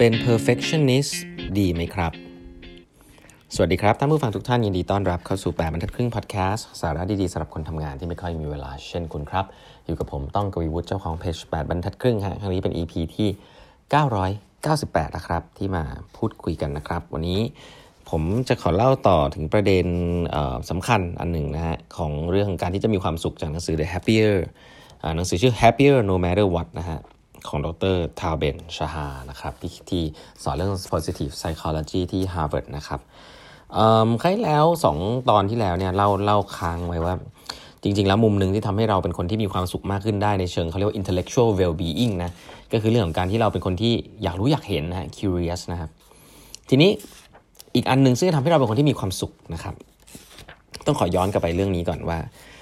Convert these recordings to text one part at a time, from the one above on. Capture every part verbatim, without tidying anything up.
เป็น perfectionist ดีไหมครับสวัสดีครับท่านผู้ฟังทุกท่านยินดีต้อนรับเข้าสู่แปดบรรทัดครึ่งพอดแคสต์สาระดีๆสำหรับคนทำงานที่ไม่ค่อยมีเวลาเช่นคุณครับอยู่กับผมต้องกวีวุฒิเจ้าของเพจแปดบรรทัดครึ่งฮะครั้งนี้เป็น อี พี ที่เก้าร้อยเก้าสิบแปดนะครับที่มาพูดคุยกันนะครับวันนี้ผมจะขอเล่าต่อถึงประเด็นสำคัญอันหนึ่งนะฮะของเรื่องการที่จะมีความสุขจากหนังสือ The Happier หนังสือชื่อ Happier No Matter What นะฮะของดร. ทาวเบน ชาฮานะครับที่ที่สอนเรื่อง positive psychology ที่ Harvard นะครับเอ่อครั้งแล้วสองตอนที่แล้วเนี่ยเล่าเล่าค้างไว้ว่าจริงๆแล้วมุมนึงที่ทำให้เราเป็นคนที่มีความสุขมากขึ้นได้ในเชิงเขาเรียกว่า intellectual well-being นะก็คือเรื่องของการที่เราเป็นคนที่อยากรู้อยากเห็นนะฮะ curious นะครับทีนี้อีกอันนึงซึ่งทำให้เราเป็นคนที่มีความสุขนะครับต้องขอย้อนกลับไปเรื่องนี้ก่อนว่า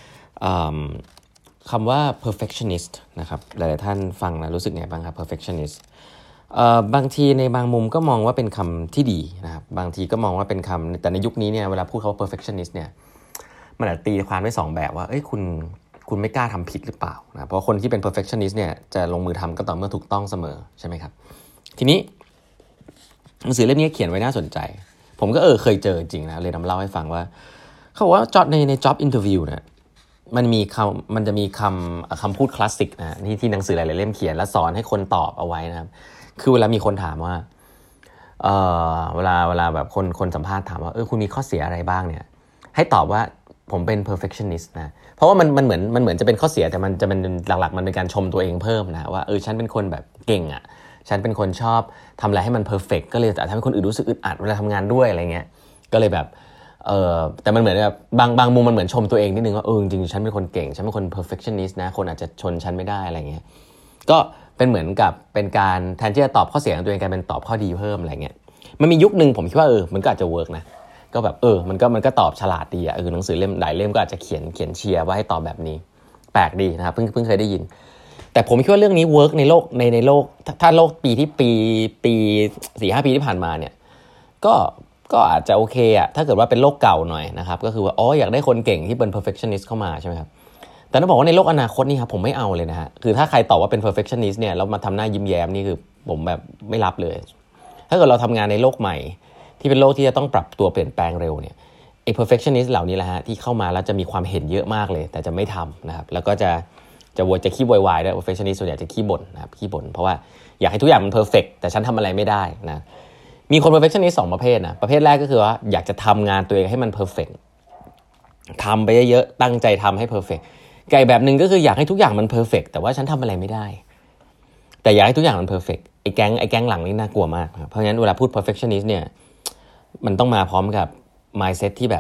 คำว่า perfectionist นะครับหลายๆท่านฟังแล้วรู้สึกไงบ้างครับ perfectionist เอ่อบางทีในบางมุมก็มองว่าเป็นคำที่ดีนะครับบางทีก็มองว่าเป็นคำแต่ในยุคนี้เนี่ยเวลาพูดคำว่า perfectionist เนี่ยมันอาจจะตีความได้สองแบบว่าเอ้ยคุณคุณไม่กล้าทำผิดหรือเปล่านะเพราะคนที่เป็น perfectionist เนี่ยจะลงมือทำก็ต่อเมื่อถูกต้องเสมอใช่ไหมครับทีนี้หนังสือเล่มนี้เขียนไว้น่าสนใจผมก็เออเคยเจอจริงนะเลยนำเล่าให้ฟังว่าเขาบอกว่าจอดในใน job interview เนี่ยมันมีคำมันจะมีคำคำพูดคลาสสิกนะที่ที่หนังสือหลายๆเล่มเขียนและสอนให้คนตอบเอาไว้นะครับคือเวลามีคนถามว่าเอ่อเวลาเวลาแบบคนคนสัมภาษณ์ถามว่าเออคุณมีข้อเสียอะไรบ้างเนี่ยให้ตอบว่าผมเป็น perfectionist นะเพราะว่ามันมันเหมือนมันเหมือนจะเป็นข้อเสียแต่มันจะเป็นหลักๆมันเป็นการชมตัวเองเพิ่มนะว่าเออฉันเป็นคนแบบเก่งอ่ะฉันเป็นคนชอบทำอะไรให้มัน perfect ก็เลยแต่ทำให้คนอื่นรู้สึกอึดอัดเวลาทำงานด้วยอะไรเงี้ยก็เลยแบบเออแต่มันเหมือนแบบบางบางมุมมันเหมือนชมตัวเองนิดนึงว่าเออจริงๆฉันเป็นคนเก่งฉันเป็นคน perfectionist นะคนอาจจะชนฉันไม่ได้อะไรเงี้ยก็เป็นเหมือนกับเป็นการแทนที่จะตอบข้อเสียของตัวเองกลายเป็นตอบข้อดีเพิ่มอะไรเงี้ยมันมียุคนึงผมคิดว่าเออมันก็อาจจะเวิร์กนะก็แบบเออมันก็มันก็ตอบฉลาดดีอ่ะเออหนังสือเล่มหลายเล่มก็อาจจะเขียนเขียนเชียร์ว่าให้ตอบแบบนี้แปลกดีนะครับเพิ่งเพิ่งเคยได้ยินแต่ผมคิดว่าเรื่องนี้เวิร์กในโลกในในโลกถ้าโลกปีที่ปีปี สี่ห้า ปีที่ผ่านมาเนี่ยก็ก็อาจจะโอเคอ่ะถ้าเกิดว่าเป็นโลกเก่าหน่อยนะครับก็คือว่าอ๋ออยากได้คนเก่งที่เป็น perfectionist เข้ามาใช่ไหมครับแต่ต้องบอกว่าในโลกอนาคตนี่ครับผมไม่เอาเลยนะฮะคือถ้าใครตอบว่าเป็น perfectionist เนี่ยแล้วมาทำหน้ายิ้มแย้มนี่คือผมแบบไม่รับเลยถ้าเกิดเราทำงานในโลกใหม่ที่เป็นโลกที่จะต้องปรับตัวเปลี่ยนแปลงเร็วเนี่ยไอ้ perfectionist เหล่านี้แหละฮะที่เข้ามาแล้วจะมีความเห็นเยอะมากเลยแต่จะไม่ทำนะครับแล้วก็จะจะวนจะขี้โวยวายด้วย perfectionist ส่วนใหญ่จะขี้บ่นนะครับขี้บ่นเพราะว่าอยากให้ทุกอย่างมัน perfect แต่ฉันทำอะไรไม่ได้นะมีคน perfectionist สองประเภทนะประเภทแรกก็คือว่าอยากจะทำงานตัวเองให้มัน perfect ทำไปเยอะๆตั้งใจทำให้ perfect ไก่แบบนึงก็คืออยากให้ทุกอย่างมัน perfect แต่ว่าฉันทำอะไรไม่ได้แต่อยากให้ทุกอย่างมัน perfect ไอ้แก๊งไอ้แก๊งหลังนี่น่ากลัวมากเพราะงั้นเวลาพูด perfectionist เนี่ยมันต้องมาพร้อมกับ mindset ที่แบบ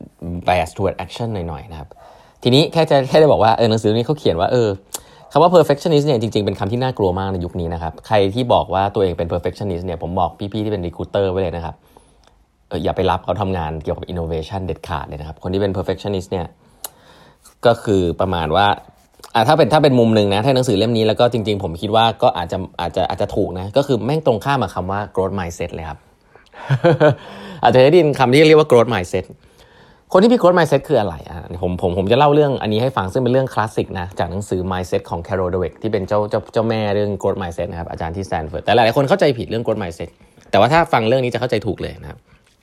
bias toward action หน่อยๆนะครับทีนี้แค่จะแค่จะบอกว่าเออหนังสือนี้เขาเขียนว่าเออคำว่า perfectionist เนี่ยจริงๆเป็นคำที่น่ากลัวมากในยุคนี้นะครับใครที่บอกว่าตัวเองเป็น perfectionist เนี่ยผมบอกพี่ๆที่เป็น recruiter ไว้เลยนะครับเอออย่าไปรับเขาทำงานเกี่ยวกับ innovation เด็ดขาดเลยนะครับคนที่เป็น perfectionist เนี่ยก็คือประมาณว่าอ่ะถ้าเป็นถ้าเป็นมุมนึงนะถ้าหนังสือเล่มนี้แล้วก็จริงๆผมคิดว่าก็อาจจะอาจจะอาจจะถูกนะก็คือแม่งตรงข้ามกับคำว่า growth mindset เลยครับ อาจจะได้ยินคำที่เรียกว่า growth mindsetคนที่มี growth mindset คืออะไรอ่ะผมผมผมจะเล่าเรื่องอันนี้ให้ฟังซึ่งเป็นเรื่องคลาสสิกนะจากหนังสือ mindset ของ Carol Dweck ที่เป็นเจ้าเจ้าเจ้าแม่เรื่อง growth mindset นะครับอาจารย์ที่ Stanford แต่หลายๆคนเข้าใจผิดเรื่อง growth mindset แต่ว่าถ้าฟังเรื่องนี้จะเข้าใจถูกเลยนะครับ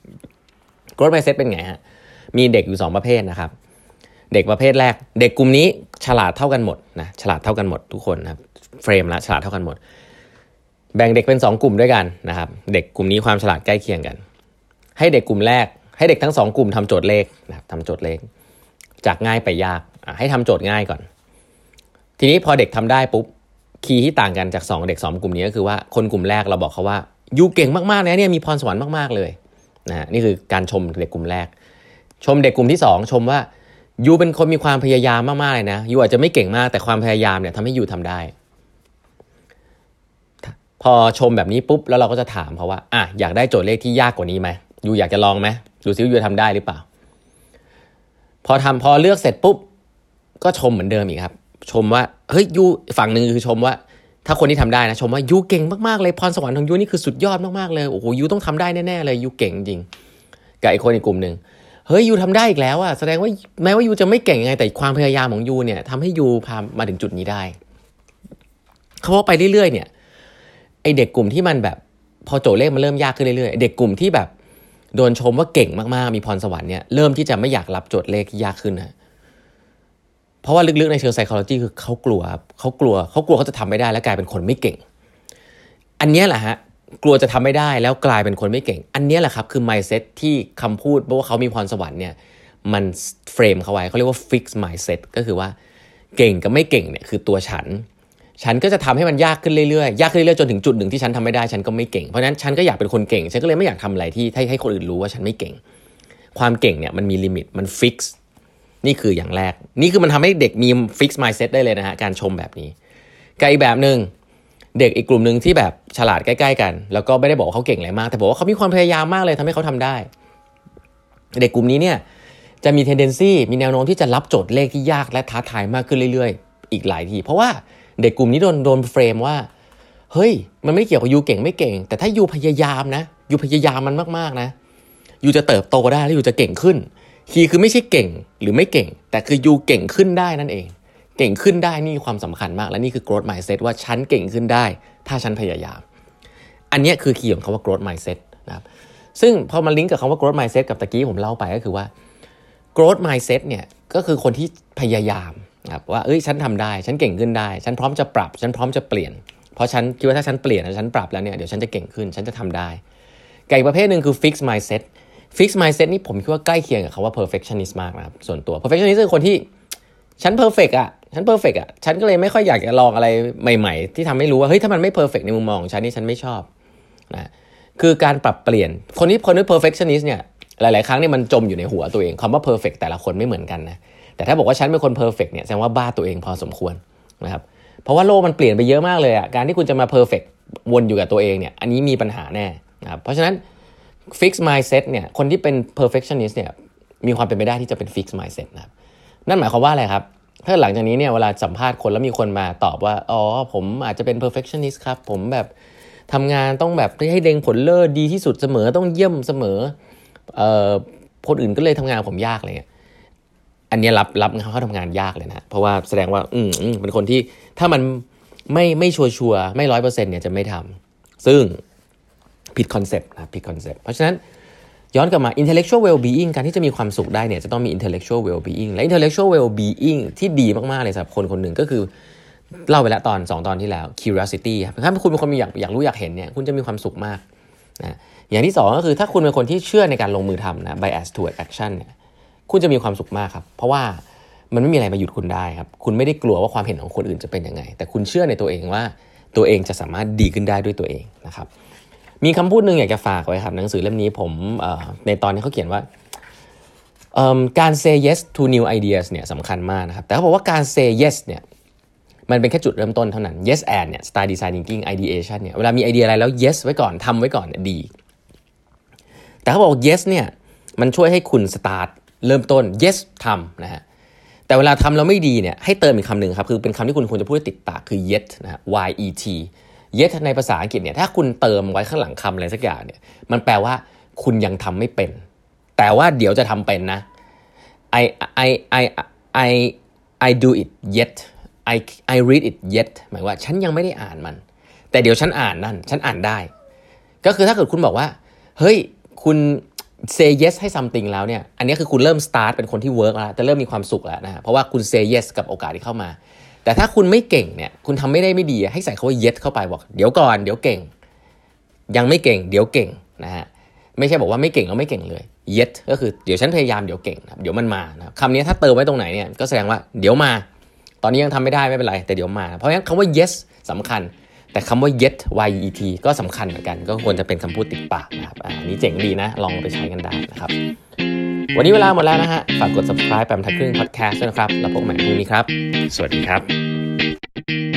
growth mindset เป็นไงฮะมีเด็กอยู่สองประเภทนะครับเด็กประเภทแรกเด็กกลุ่มนี้ฉลาดเท่ากันหมดนะฉลาดเท่ากันหมดทุกคนนะครับเฟรมละฉลาดเท่ากันหมดแบ่งเด็กเป็นสองกลุ่มด้วยกันนะครับเด็กกลุ่มนี้ความฉลาดใกล้เคียงกันให้เด็กกลุ่มแรกให้เด็กทั้งสองกลุ่มทำโจทย์เลขนะครับทำโจทย์เลขจากง่ายไปยากให้ทำโจทย์ง่ายก่อนทีนี้พอเด็กทำได้ปุ๊บคีย์ที่ต่างกันจากสองเด็กสองกลุ่มนี้ก็คือว่าคนกลุ่มแรกเราบอกเขาว่ายูเก่งมากๆนะเนี่ยมีพรสวรรค์มากๆเลยนะนี่คือการชมเด็กกลุ่มแรกชมเด็กกลุ่มที่สองชมว่ายูเป็นคนมีความพยายามมากๆเลยนะยูอาจจะไม่เก่งมากแต่ความพยายามเนี่ยทำให้ยูทำได้พอชมแบบนี้ปุ๊บแล้วเราก็จะถามเขาว่าอ่ะอยากได้โจทย์เลขที่ยากกว่านี้ไหมยูอยากจะลองไหมดูซิว่ายูทำได้หรือเปล่าพอทำพอเลือกเสร็จปุ๊บก็ชมเหมือนเดิมอีกครับชมว่าเฮ้ยยูฝั่งนึงคือชมว่าถ้าคนที่ทำได้นะชมว่ายูเก่งมากๆเลยพรสวรรค์ของยูนี่คือสุดยอดมากๆเลยโอ้โหยูต้องทำได้แน่ๆเลยยูเก่งจริงกับอีกคนอีกกลุ่มนึงเฮ้ยยูทำได้อีกแล้วอ่ะแสดงว่าแม้ว่ายูจะไม่เก่งยังไงแต่ความพยายามของยูเนี่ยทำให้ยูพามาถึงจุดนี้ได้เขาว่าไปเรื่อยๆเนี่ยไอเด็กกลุ่มที่มันแบบพอโจทย์เลขมันเริ่มยากขึ้นเรื่อยๆเด็กกลุ่มที่แบบโดนชมว่าเก่งมากๆมีพรสวรรค์เนี่ยเริ่มที่จะไม่อยากรับโจทย์เลขที่ยากขึ้นนะเพราะว่าลึกๆในเชิง psychology คือเขากลัวเขากลัวเขากลัวเขาจะทำไม่ได้แล้วกลายเป็นคนไม่เก่งอันนี้แหละฮะกลัวจะทำไม่ได้แล้วกลายเป็นคนไม่เก่งอันนี้แหละครับคือ mindset ที่คำพูดว่าเขามีพรสวรรค์เนี่ยมันเฟรมเขาไว้เขาเรียกว่า fix mindset ก็คือว่าเก่งกับไม่เก่งเนี่ยคือตัวฉันฉันก็จะทำให้มันยากขึ้นเรื่อยๆยากขึ้นเรื่อยๆจนถึงจุดหนึ่งที่ฉันทำไม่ได้ฉันก็ไม่เก่งเพราะฉะนั้นฉันก็อยากเป็นคนเก่งฉันก็เลยไม่อยากทำอะไรที่ให้ให้คนอื่นรู้ว่าฉันไม่เก่งความเก่งเนี่ยมันมีลิมิตมันฟิกซ์นี่คืออย่างแรกนี่คือมันทำให้เด็กมี fix mindset ได้เลยนะฮะการชมแบบนี้กับอีกแบบนึงเด็กอีกกลุ่มนึงที่แบบฉลาดใกล้ๆกันแล้วก็ไม่ได้บอกว่าเขาเก่งอะไรมากแต่บอกว่าเขามีความพยายามมากเลยทำให้เขาทำได้เด็กกลุ่มนี้เนี่ยจะมี tendency มีแนวโน้มที่จะรับโจทย์เลขที่ยากและท้าทายมากขึ้นเรื่อยๆอีกหลายทีเพราะว่าเด็กกลุ่มนี้โดนโดนเฟรมว่าเฮ้ยมันไม่เกี่ยวกับยูเก่งไม่เก่งแต่ถ้ายูพยายามนะยูพยายามมันมากๆนะยูจะเติบโตได้และยูจะเก่งขึ้นคีย์คือไม่ใช่เก่งหรือไม่เก่งแต่คือยูเก่งขึ้นได้นั่นเองเก่งขึ้นได้นี่ความสำคัญมากและนี่คือ growth mindset ว่าฉันเก่งขึ้นได้ถ้าฉันพยายามอันนี้คือคีย์ของคำว่า growth mindset นะครับซึ่งพอมาลิงก์กับคำว่า growth mindset กับตะกี้ผมเล่าไปก็คือว่า growth mindset เนี่ยก็คือคนที่พยายามครับว่าเอ้ยฉันทำได้ฉันเก่งขึ้นได้ฉันพร้อมจะปรับฉันพร้อมจะเปลี่ยนเพราะฉันคิดว่าถ้าฉันเปลี่ยนฉันปรับแล้วเนี่ยเดี๋ยวฉันจะเก่งขึ้นฉันจะทำได้กับอีกประเภทหนึ่งคือ fix mindset fix mindset นี่ผมคิดว่าใกล้เคียงกับคำว่า perfectionist มากนะครับส่วนตัว perfectionist คือคนที่ฉัน perfect อ่ะฉัน perfect อ่ะฉันก็เลยไม่ค่อยอยากจะลองอะไรใหม่ๆที่ทำให้รู้ว่าเฮ้ยถ้ามันไม่ perfect ในมุมมองของฉันนี่ฉันไม่ชอบนะคือการปรับเปลี่ยนคนที่คนที่ perfectionist เนี่ยหลายๆครั้งเนี่ยมันจมอยู่ในหัวตัวเองคำว่า perfect แต่ละคนไม่เหมือนกันนะแต่ถ้าบอกว่าฉันเป็นคนเพอร์เฟกต์เนี่ยแสดงว่าบ้าตัวเองพอสมควรนะครับเพราะว่าโลกมันเปลี่ยนไปเยอะมากเลยอ่ะการที่คุณจะมาเพอร์เฟกต์วนอยู่กับตัวเองเนี่ยอันนี้มีปัญหาแน่นะครับเพราะฉะนั้น fix mindset เนี่ยคนที่เป็น perfectionist เนี่ยมีความเป็นไปได้ที่จะเป็น fix mindset นะครับนั่นหมายความว่าอะไรครับถ้าหลังจากนี้เนี่ยเวลาสัมภาษณ์คนแล้วมีคนมาตอบว่าอ๋อผมอาจจะเป็น perfectionist ครับผมแบบทำงานต้องแบบให้เล็งผลเลิศดีที่สุดเสมอต้องเยี่ยมเสมอเอ่อคนอื่นก็เลยทำงานผมยากอะไรเงี้ยอันนี้รับรับเขาทำงานยากเลยนะเพราะว่าแสดงว่าอืมเป็นคนที่ถ้ามันไม่ไม่ชัวร์ชัวร์ไม่ร้อยเปอร์เซ็นต์เนี่ยจะไม่ทำซึ่งผิดคอนเซปต์นะผิดคอนเซปต์เพราะฉะนั้นย้อนกลับมา intellectual well-being การที่จะมีความสุขได้เนี่ยจะต้องมี intellectual well-being และ intellectual well-being ที่ดีมากๆเลยสำหรับคนคนหนึ่งก็คือเล่าไปแล้วตอนสองตอนที่แล้ว curiosity ครับถ้าคุณเป็นคนมีอยากอยากรู้อยากเห็นเนี่ยคุณจะมีความสุขมากนะอย่างที่สองก็คือถ้าคุณเป็นคนที่เชื่อในการลงมือทำนะ bias toward action เนี่ยคุณจะมีความสุขมากครับเพราะว่ามันไม่มีอะไรมาหยุดคุณได้ครับคุณไม่ได้กลัวว่าความเห็นของคนอื่นจะเป็นยังไงแต่คุณเชื่อในตัวเองว่าตัวเองจะสามารถดีขึ้นได้ด้วยตัวเองนะครับมีคำพูดนึงอยากจะฝากไว้ครับหนังสือเล่มนี้ผมในตอนนี้เขาเขียนว่าการ say yes to new ideas เนี่ยสำคัญมากนะครับแต่เขาบอกว่าการ say yes เนี่ยมันเป็นแค่จุดเริ่มต้นเท่านั้น yes and เนี่ย style design thinking ideation เนี่ยเวลามีไอเดียอะไรแล้ว yes ไว้ก่อนทำไว้ก่อนเนี่ยดีแต่เขาบอก yes เนี่ยมันช่วยให้คุณ start เริ่มต้น yes ทำนะฮะแต่เวลาทำแล้วไม่ดีเนี่ยให้เติมอีกคำหนึ่งครับคือเป็นคำที่คุณควรจะพูดติดปากคือ yet นะฮะ y e t yet ในภาษาอังกฤษเนี่ยถ้าคุณเติมไว้ข้างหลังคำอะไรสักอย่างเนี่ยมันแปลว่าคุณยังทำไม่เป็นแต่ว่าเดี๋ยวจะทำเป็นนะ I I I I I do it yet I I read it yet หมายว่าฉันยังไม่ได้อ่านมันแต่เดี๋ยวฉันอ่านนั่นฉันอ่านได้ก็คือถ้าเกิดคุณบอกว่าเฮ้ยคุณ say yes ให้ something แล้วเนี่ยอันนี้คือคุณเริ่ม start เป็นคนที่ work แล้วจะเริ่มมีความสุขแล้วนะเพราะว่าคุณ say yes กับโอกาสที่เข้ามาแต่ถ้าคุณไม่เก่งเนี่ยคุณทำไม่ได้ไม่ดีให้ใส่คำว่า yes เข้าไปบอกเดี๋ยวก่อนเดี๋ยวเก่งยังไม่เก่งเดี๋ยวเก่งนะฮะไม่ใช่บอกว่าไม่เก่งแล้วไม่เก่งเลย yes ก็คือเดี๋ยวฉันพยายามเดี๋ยวเก่งเดี๋ยวมันมานะคำนี้ถ้าเติมไว้ตรงไหนเนี่ยก็แสดงว่าเดี๋ยวมาตอนนี้ยังทำไม่ได้ไม่เป็นไรแต่เดี๋ยวมาเพราะฉะนั้นคำว่า yes สำคัญแต่คำว่า yet y e t ก็สำคัญเหมือนกันก็ควรจะเป็นคำพูดติดปากนะครับอันนี้เจ๋งดีนะลองไปใช้กันได้นะครับวันนี้เวลาหมดแล้วนะฮะฝากกด subscribe แปมทักครึ่ง podcast ด้วยนะครับแล้วพบกันใหม่พรุ่งนี้ครับสวัสดีครับ